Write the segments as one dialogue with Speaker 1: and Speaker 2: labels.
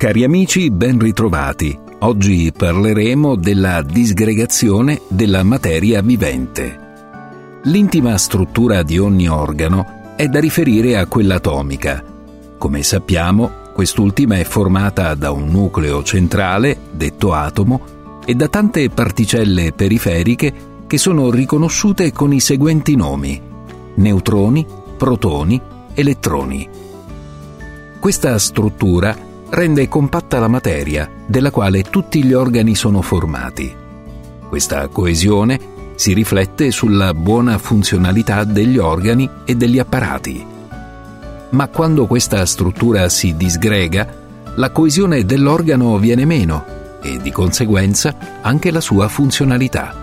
Speaker 1: Cari amici, ben ritrovati. Oggi parleremo della disgregazione della materia vivente. L'intima struttura di ogni organo è da riferire a quella atomica. Come sappiamo, quest'ultima è formata da un nucleo centrale, detto atomo, e da tante particelle periferiche che sono riconosciute con i seguenti nomi: neutroni, protoni, elettroni. Questa struttura rende compatta la materia, della quale tutti gli organi sono formati. Questa coesione si riflette sulla buona funzionalità degli organi e degli apparati. Ma quando questa struttura si disgrega, la coesione dell'organo viene meno e di conseguenza anche la sua funzionalità.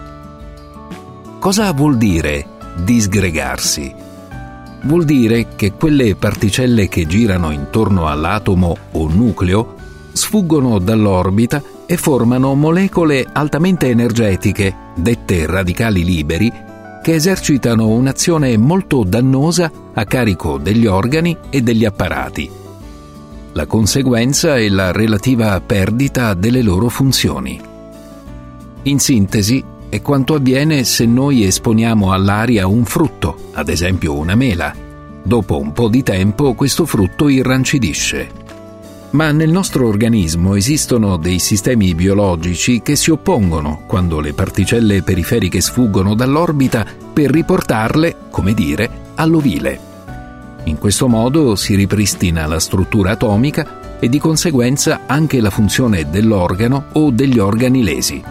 Speaker 1: Cosa vuol dire disgregarsi? Vuol dire che quelle particelle che girano intorno all'atomo o nucleo sfuggono dall'orbita e formano molecole altamente energetiche, dette radicali liberi, che esercitano un'azione molto dannosa a carico degli organi e degli apparati. La conseguenza è la relativa perdita delle loro funzioni. In sintesi, è quanto avviene se noi esponiamo all'aria un frutto, ad esempio una mela. Dopo un po' di tempo questo frutto irrancidisce. Ma nel nostro organismo esistono dei sistemi biologici che si oppongono quando le particelle periferiche sfuggono dall'orbita per riportarle, come dire, all'ovile. In questo modo si ripristina la struttura atomica e di conseguenza anche la funzione dell'organo o degli organi lesi.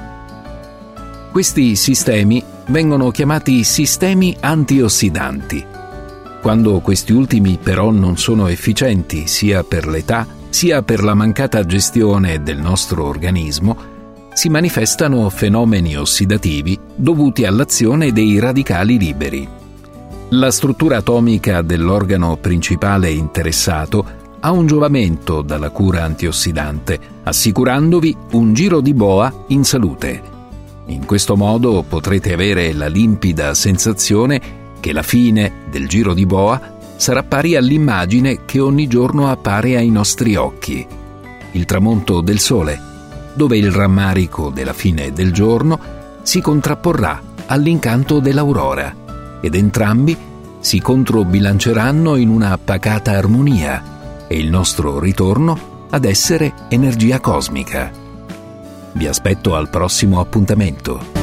Speaker 1: Questi sistemi vengono chiamati sistemi antiossidanti. Quando questi ultimi però non sono efficienti sia per l'età sia per la mancata gestione del nostro organismo, si manifestano fenomeni ossidativi dovuti all'azione dei radicali liberi. La struttura atomica dell'organo principale interessato ha un giovamento dalla cura antiossidante, assicurandovi un giro di boa in salute. In questo modo potrete avere la limpida sensazione che la fine del giro di boa sarà pari all'immagine che ogni giorno appare ai nostri occhi: il tramonto del sole, dove il rammarico della fine del giorno si contrapporrà all'incanto dell'aurora ed entrambi si controbilanceranno in una pacata armonia e il nostro ritorno ad essere energia cosmica. Vi aspetto al prossimo appuntamento.